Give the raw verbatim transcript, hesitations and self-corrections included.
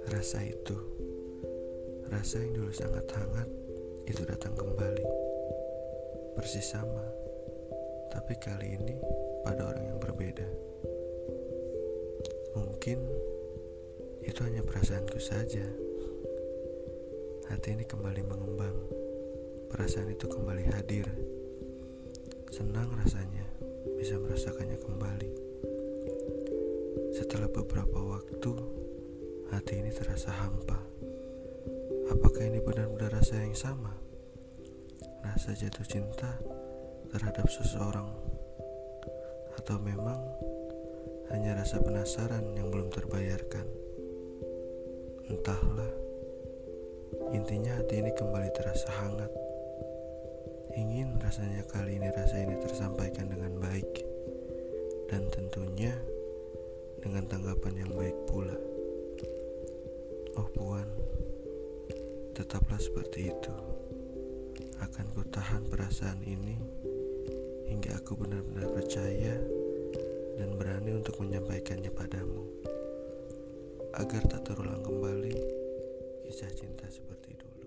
Rasa itu, rasa yang dulu sangat hangat, itu datang kembali. Persis sama, tapi kali ini pada orang yang berbeda. Mungkin itu hanya perasaanku saja. Hati ini kembali mengembang. Perasaan itu kembali hadir. Senang rasanya bisa merasakannya kembali. Setelah beberapa waktu, hati ini terasa hampa. Apakah ini benar-benar rasa yang sama? Rasa jatuh cinta terhadap seseorang, atau memang hanya rasa penasaran yang belum terbayarkan? Entahlah. Intinya hati ini kembali terasa hangat. Ingin rasanya kali ini rasa ini tersampaikan dengan baik, dan tentunya dengan tanggapan yang baik pula. Oh Puan, tetaplah seperti itu. Akan ku tahan perasaan ini hingga aku benar-benar percaya dan berani untuk menyampaikannya padamu, agar tak terulang kembali kisah cinta seperti dulu.